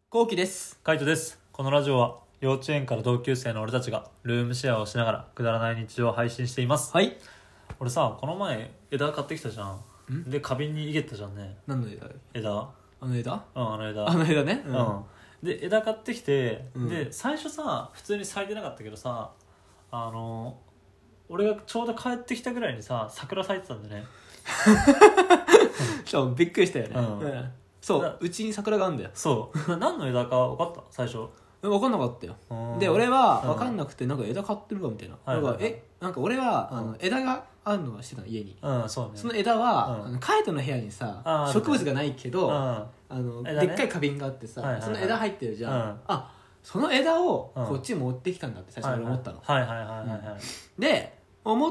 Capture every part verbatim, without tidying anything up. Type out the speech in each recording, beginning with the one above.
こうきです。 カイトです。このラジオは幼稚園から同級生の俺たちがルームシェアをしながらくだらない日常を配信しています。 はい。 俺さ、この前枝買ってきたじゃん。 んで、花瓶に入れたじゃんね。 何の枝？ 枝。 あの枝？ うんあの枝。 あの枝ね。 うん、で枝買ってきて、 うん、 で最初さ普通に咲いてなかったけどさ、あの俺がちょうど帰ってきたぐらいにさ桜咲いてたんでね。 しかもびっくりしたよね。 うんうん、そううちに桜があるんだよ。 そう何の枝か分かった最初？ 分かんなかったよ。で俺は分かんなくて、なんか枝買ってるかみたいな、 はいはいはい、 なんかえなんか俺は、うん、あの枝があるのがしてたの家に、 うんそうね、 その枝は、 うん、 あのカイトの部屋にさ、 ね、 植物がないけど、 うん、 あの、ね、でっかい花瓶があってさ、はいはいはい、その枝入ってるじゃん、うん、あその枝をこっちに持ってきたんだって最初俺思ったの。 はいはいはいはいはい、はい、 で思って、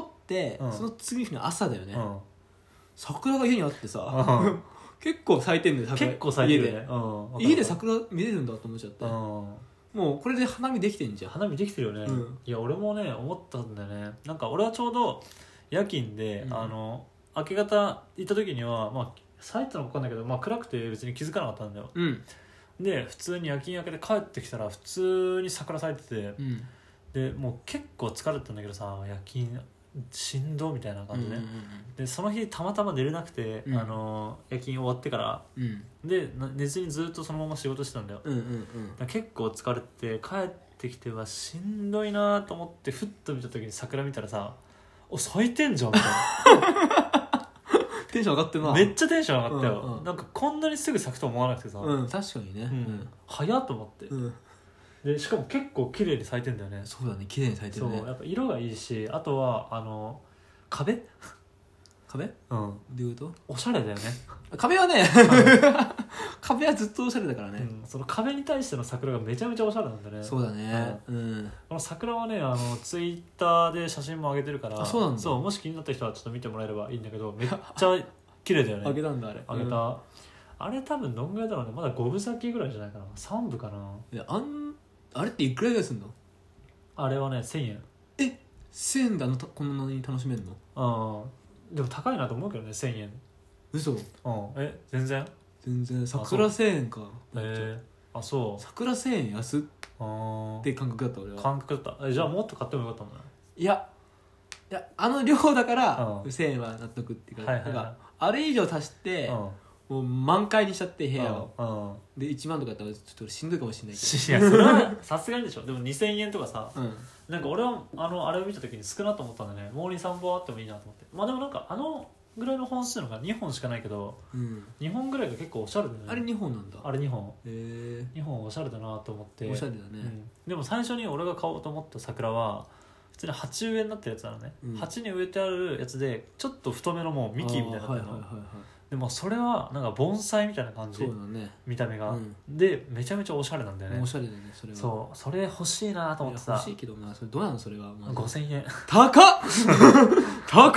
うん、その次の日の朝だよね、うん、桜が家にあってさ、うん、結構咲いてんだよ。 結構咲いてるね、 家で、うん、家で桜見れるんだと思っちゃって、うん、もうこれで花見できてんじゃん。 花見できてるよね、うん、いや俺もね思ったんだよね。なんか俺はちょうど夜勤で、うん、あの明け方行った時にはまあ咲いてたのか分かんないけど、まあ、暗くて別に気づかなかったんだよ、うん、で普通に夜勤明けで帰ってきたら普通に桜咲いてて、うん、でもう結構疲れてたんだけどさ、夜勤しんどみたいな感じで、うんうんうん、でその日たまたま寝れなくて、うん、あの夜勤終わってから、うん、で寝ずにずっとそのまま仕事してたんだよ、うんうんうん、だ結構疲れて帰ってきてはしんどいなと思ってふっと見た時に桜見たらさ、お咲いてんじゃんみたいなテンション上がってるな。 めっちゃテンション上がったよ、うんうん、なんかこんなにすぐ咲くと思わなくてさ、 うん、確かにね、うん、 早っと思って、うん、でしかも結構綺麗に咲いてんだよね。 そうだね、綺麗に咲いてるね。 そうやっぱ色がいいし、あとはあの壁壁？うん。どういうこと？ おしゃれだよね。 壁はね壁はずっとおしゃれだからね、 うん、その壁に対しての桜がめちゃめちゃおしゃれなんだね。 そうだね、うん、うん、 この桜はね、あのツイッターで写真も上げてるから、 あ、そうなんだ。 そう、もし気になった人はちょっと見てもらえればいいんだけど、めっちゃ綺麗だよね。 上げたんだあれ。 上げた、うん、あれ多分どんぐらいだろうね。まだごぶ咲きぐらいじゃないかな。さんぶかな。 いや、あんあれっていくらぐらいすんの？ あれはねせんえん。 え、せんえんであのこんなに楽しめるの？ ああ、でも高いなと思うけどね、せんえん。 嘘？うん、 え、全然全然。桜せんえんか。 へえー、あ、そう。 桜せんえん安っって感覚だった俺は。 感覚だった。え、じゃあもっと買ってもよかったんだね。 いやいや、あの量だからせんえんは納得っていうか、はいはいはい、あれ以上足して、うん、もう満開にしちゃって部屋を、うん、でいちまんとかだったらちょっとしんどいかもしれないけど。いや、それはさすがにでしょ。でもにせんえんとかさ、うん、なんか俺はあのあれを見た時に少なと思ったんでね、もうにさんぼんあってもいいなと思って。まあでもなんかあのぐらいの本数のがにほんしかないけど、うん、にほんぐらいが結構おしゃれだね。 あれにほんなんだ。 あれにほん。 へえ。 にほんおしゃれだなと思って。 おしゃれだね、うん、 でも最初に俺が買おうと思った桜は普通に鉢植えになったやつなのね、うん、鉢に植えてあるやつでちょっと太めのもう幹みたいなの、はいはいはいはい、でもそれはなんか盆栽みたいな感じ。 そうだね、 見た目が、うん、でめちゃめちゃおしゃれなんだよね。 おしゃれだねそれは。 そうそれ欲しいなと思ってさ。 欲しいけどな、それどうなのそれは。 ごせんえん。 高っ高っ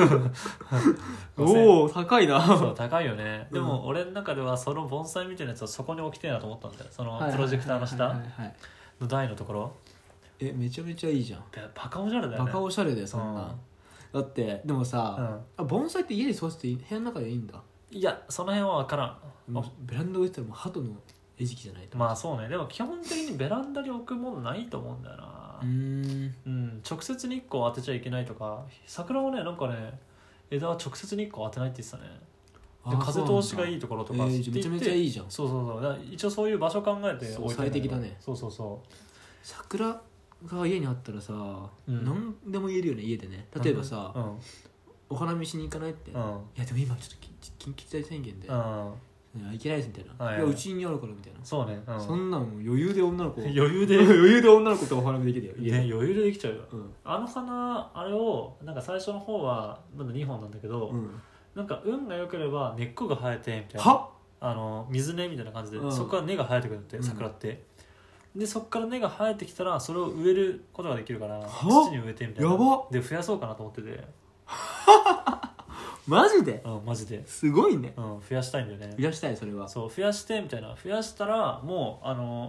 おお高いな。 そう高いよね、うん、でも俺の中ではその盆栽みたいなやつをそこに置きたいなと思ったんだよ。そのプロジェクターの下の台のところ。 え、めちゃめちゃいいじゃん。 バカおしゃれだよね。 バカおしゃれだよそんな、うん、だってでもさ、うん、あ、盆栽って家で育てて部屋の中でいいんだ。 いや、その辺は分からん。 ベランダ置いてたらもう鳩の餌食じゃないと。 まあそうね。でも基本的にベランダに置くもんないと思うんだよな。うーん、うん、直接日光当てちゃいけないとか。桜はね、なんかね、枝は直接日光当てないって言ってたね。で、風通しがいいところとかって言って、 えー、めちゃめちゃいいじゃん。 そうそうそう。だから一応そういう場所考えて置いてる。最適だね。 そうそうそう。 桜が家にあったらさ、うん、何でも言えるよね家でね。例えばさ、うん、お花見しに行かないって、うん、いやでも今ちょっと緊急事態宣言で、うん、行けないですみたいな、はいはい、いやうちにあるからみたいな。そうね、うん、そんなん余裕で女の子余裕で余裕で女の子とお花見できるよ、 ね、余裕でできちゃうよ、うん、あの花あれをなんか最初の方はまだにほんなんだけど、うん、なんか運が良ければ根っこが生えてみたいな。はあの水根みたいな感じで、うん、そこから根が生えてくるって、桜って、でそこから根が生えてきたらそれを植えることができるから土に植えてみたいな。やばで増やそうかなと思っててマジで？ うん、マジですごいね、 うん、増やしたいんだよね。 増やしたい。それはそう増やしてみたいな。増やしたらもうあの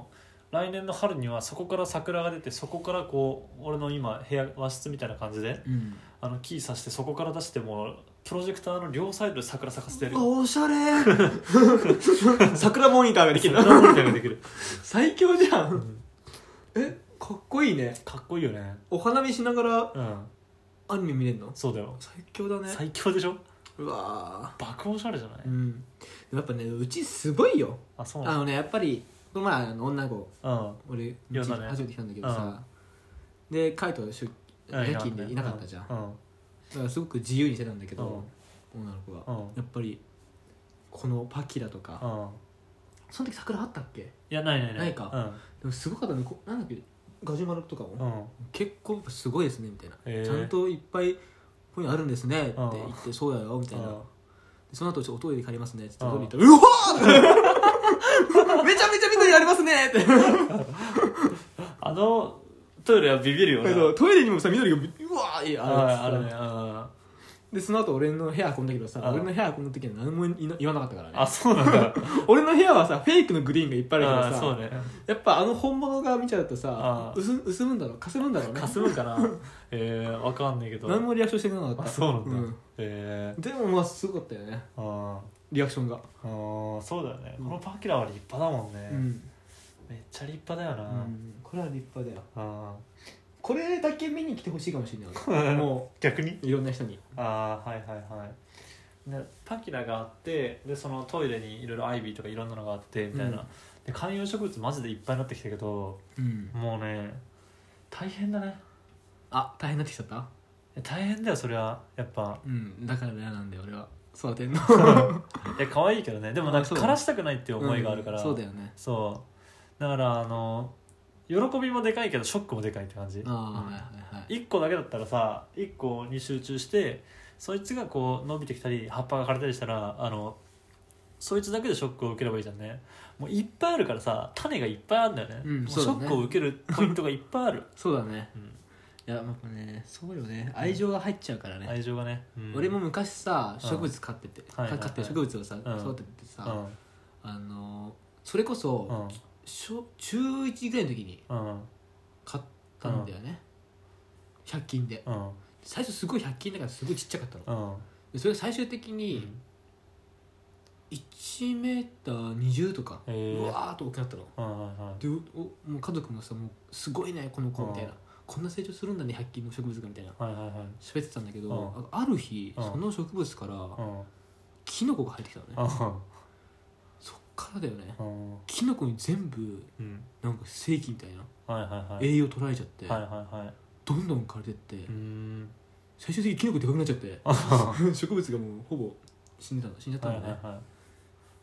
来年の春にはそこから桜が出てそこからこう俺の今部屋和室みたいな感じで、うん、あのキーさしてそこから出してもプロジェクターの両サイドで桜咲かせてる。 おしゃれ桜モニターができる桜モニターができる最強じゃん、うん、えかっこいいね。 かっこいいよね。 お花見しながら、 うん、 アニメ見れるの。 そうだよ。 最強だね。 最強でしょ。 うわ爆おしゃれじゃない、 うん、やっぱねうちすごいよ。 あそうあのねやっぱりこの前あの女の子、 うん、 俺うち初めて来たんだけどさ、うん、でカイト夜勤でいなかったじゃん、うん、だからすごく自由にしてたんだけど、うん、女の子が、うん、やっぱりこのパキラとか、うん、その時桜あったっけ。 いやないないないないか、うん、でもすごかったね。なんだっけガジュマルとかも、うん、結構すごいですねみたいな、えー、ちゃんといっぱいここにあるんですねって言って、うん、そうだよみたいな、うん、その後おトイレ借りますねって言ってトイレ行ったら、うん、うわーめちゃめちゃ緑ありますねってあのトイレはビビるよね。 トイレにもさ緑がうわーいいああるね。あでその後俺の部屋運んだけどさ、俺の部屋運んだ時は何も言わなかったからね。 あそうなんだ俺の部屋はさフェイクのグリーンがいっぱいあるからさ、 そうね、 やっぱあの本物が見ちゃうとさ薄薄むんだろう、かすむんだろうね。 かすむかなえー、わかんないけど何もリアクションしてくれなかった。 あそうなんだ、うん、 えー、でもまあすごかったよね。あリアクションが。 あそうだよね、うん、このパキラは立派だもんね、うん、めっちゃ立派だよな、うん、 これは立派だよ。あこれだけ見に来てほしいかもしれないもう逆にいろんな人に。 ああはいはいはいでパキラがあってでそのトイレにいろいろアイビーとかいろんなのがあってみたいな、うん、で観葉植物マジでいっぱいになってきたけど、うん、もうね大変だね。 あ大変になってきちゃった。 大変だよそれはやっぱ、 うん、だから嫌なんだよ俺は育てんのいや可愛いけどね、でもなんか枯らしたくないっていう思いがあるから、 うん、そうだよね。 そうだからあの喜びもでかいけどショックもでかいって感じ。あ、うんはいはいはい、いっこだけだったらさいっこに集中してそいつがこう伸びてきたり葉っぱが枯れたりしたらあのそいつだけでショックを受ければいいじゃんね。もういっぱいあるからさ種がいっぱいあるんだよね、うん、ショックを受けるポイントがいっぱいあるそうだね、うん、いややっぱねそうよね、愛情が入っちゃうからね。 愛情がね、 うん、俺も昔さ植物飼ってて、うん、飼って植物をさ、うん、育ててさ、うん、あのそれこそ、うん小中いちぐらいの時に買ったんだよね、うん、ひゃく均で、うん、最初すごいひゃく均だからすごいちっちゃかったの、うん、でそれが最終的にいちメーターにじゅうとか、うん、うわーっと大きくなったの、うんはいはい、でおもう家族もさもうすごいねこの子みたいな、うん、こんな成長するんだねひゃく均の植物がみたいな、はいはいはい、喋ってたんだけど、うん、ある日、うん、その植物から、うん、キノコが生えてきたのね、うんからだよね、キノコに全部、うん、なんか正規みたいな、はいはいはい、栄養取られちゃって、はいはいはい、どんどん枯れてって、うーん最終的にキノコでかくなっちゃって植物がもうほぼ死んでたの死んじゃったのね、はいはいはい、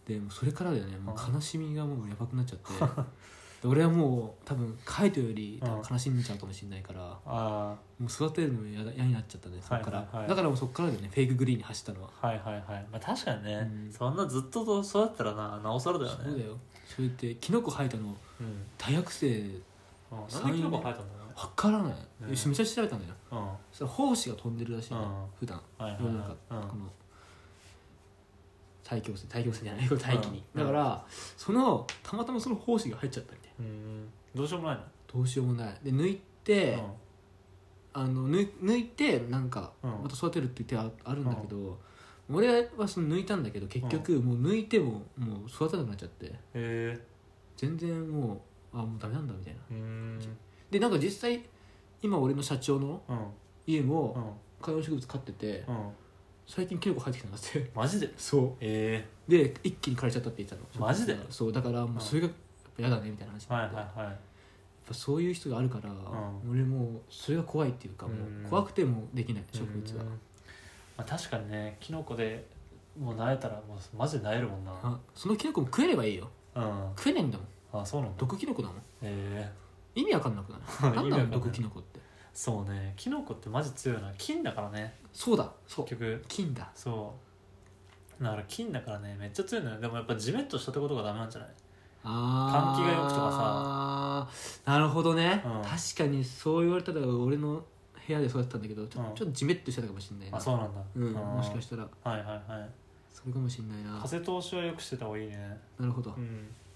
でもそれからだよねもう悲しみがもうやばくなっちゃってで俺はもう多分カイトより多分悲しんじゃうかもしれないから、あもう育てるの嫌になっちゃったねそっから、はいはいはい、だからもうそっからだよねフェイクグリーンに走ったのは。 はいはいはい、まあ、確かにね、うん、そんなずっと育ったらななおさらだよね。 そうだよ。それってキノコ生えたの、うん、大学生なんでキノコ生えたんだろうね分からない、ね、めっちゃ調べたんだよ、うん、それ胞子が飛んでるらしいね、うん、普段、はいはいはい、世の中、うん、この大気汚染大気汚染じゃない大気に、うん、だから、そのたまたまその胞子が入っちゃったみたいな、うん、 どうしようもないの。 どうしようもないで抜いて、うん、あの抜抜いてなんかまた育てるって言って あ, あるんだけど、うん、俺はその抜いたんだけど結局もう抜いてももう育てなくなっちゃって、うん、全然もうあもうダメなんだみたいな。うんでなんか実際今俺の社長の家も観葉植物飼ってて、うん、最近キノコ生えてきたんだって。 マジで。 そう、えー、で一気に枯れちゃったって言ってたの。 マジで。 そうだからもうそれがやっぱ嫌だねみたいな話になって、はいはいはい、やっぱそういう人があるから、うん、俺もうそれが怖いっていうかもう怖くてもできない植物は、まあ、確かにねキノコでもう萎えたらもうマジで萎えるもんな。 あそのキノコも食えればいいよ、うん、食えないんだもん。 あそうなんだ。 毒キノコだもん。 えー、意味わかんなくないなんだろう毒キノコって。 そうねキノコってマジ強いな。菌だからね。 そうだそう結局菌だ。 そうだから菌だからねめっちゃ強いのよ。でもやっぱジメッとしたってことがダメなんじゃない。あ換気がよくとかさ。なるほどね、うん、確かにそう言われたら俺の部屋で育てたんだけどちょ、うん、ちょっとジメッとしてたかもしれないな。 あそうなんだ、 うん、もしかしたらはいはいはいそれかもしれないな。 風通しはよくしてた方がいいね。 なるほど、 うん、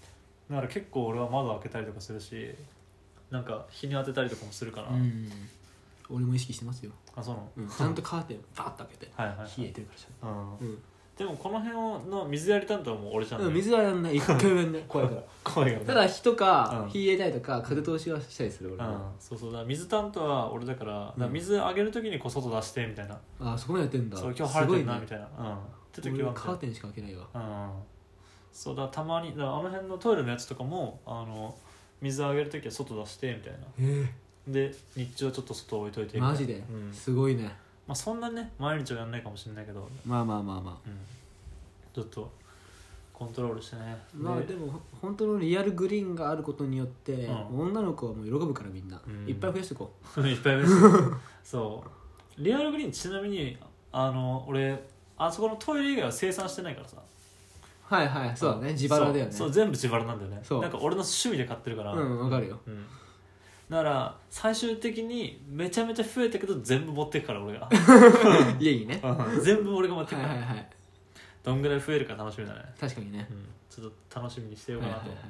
だから結構俺は窓開けたりとかするし、なんか日に当てたりとかもするから、うん、 俺も意識してますよ。 あ、そうなの、 うん、ちゃんとカーテンバーッと開けて、はいはいはい、冷えてるからちゃんと、うんうん、 でもこの辺の水やり担当はもう俺ちゃんと、 うん、水はやんない、一回もやんない怖いから怖いよね。 ただ火とか、うん、火入れたりとか風通しはしたりする俺は、 うん、そうそうだ、水担当は俺だから、だから水あげるときにこう外出してみたいな、 うん、あそこまでやってんだ。 そう今日晴れてるなみたいな、うん、 って時はカーテンしか開けないわ、うん、 そうだ、たまにだあの辺のトイレのやつとかもあの水あげるときは外出してみたいな、えー、で日中はちょっと外置いといてみたいな。 マジで、うん、すごいね。 まあそんなね毎日はやんないかもしれないけど、 まあまあまあまあ、うん、 ちょっとコントロールしてね。 まあでも本当のリアルグリーンがあることによって、うん、女の子はもう喜ぶからみんな、うん、いっぱい増やしていこういっぱい増やしていこうそうリアルグリーンちなみにあの俺あそこのトイレ以外は生産してないからさ。 はいはいそうだね、自腹だよね。 そう全部自腹なんだよね。そうなんか俺の趣味で買ってるから。 うんわかるよ、うん、 だから最終的にめちゃめちゃ増えたけど全部持ってくから俺が家にね全部俺が持ってくから、 はいはいはい、 どんぐらい増えるか楽しみだね。 確かにね、 うん、ちょっと楽しみにしてようかなと、はいはいはい、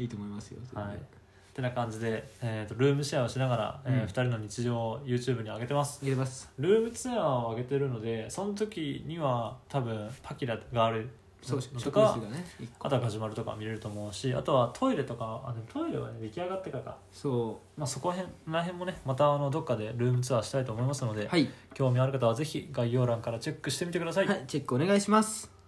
いいと思いますよ。 はい、ってな感じで、えー、とルームシェアをしながら、うんえー、ふたりの日常を YouTube に上げてます。 上げます。 ルームツアーを上げてるのでその時には多分パキラがあるそうとか、ね、あとはガジュマルとか見れると思うし、あとはトイレとか、あでもトイレは、ね、出来上がってからかそう、 まあ、そこら辺もねまたあのどっかでルームツアーしたいと思いますので、 はい、 興味ある方はぜひ概要欄からチェックしてみてください。 はい、チェックお願いします。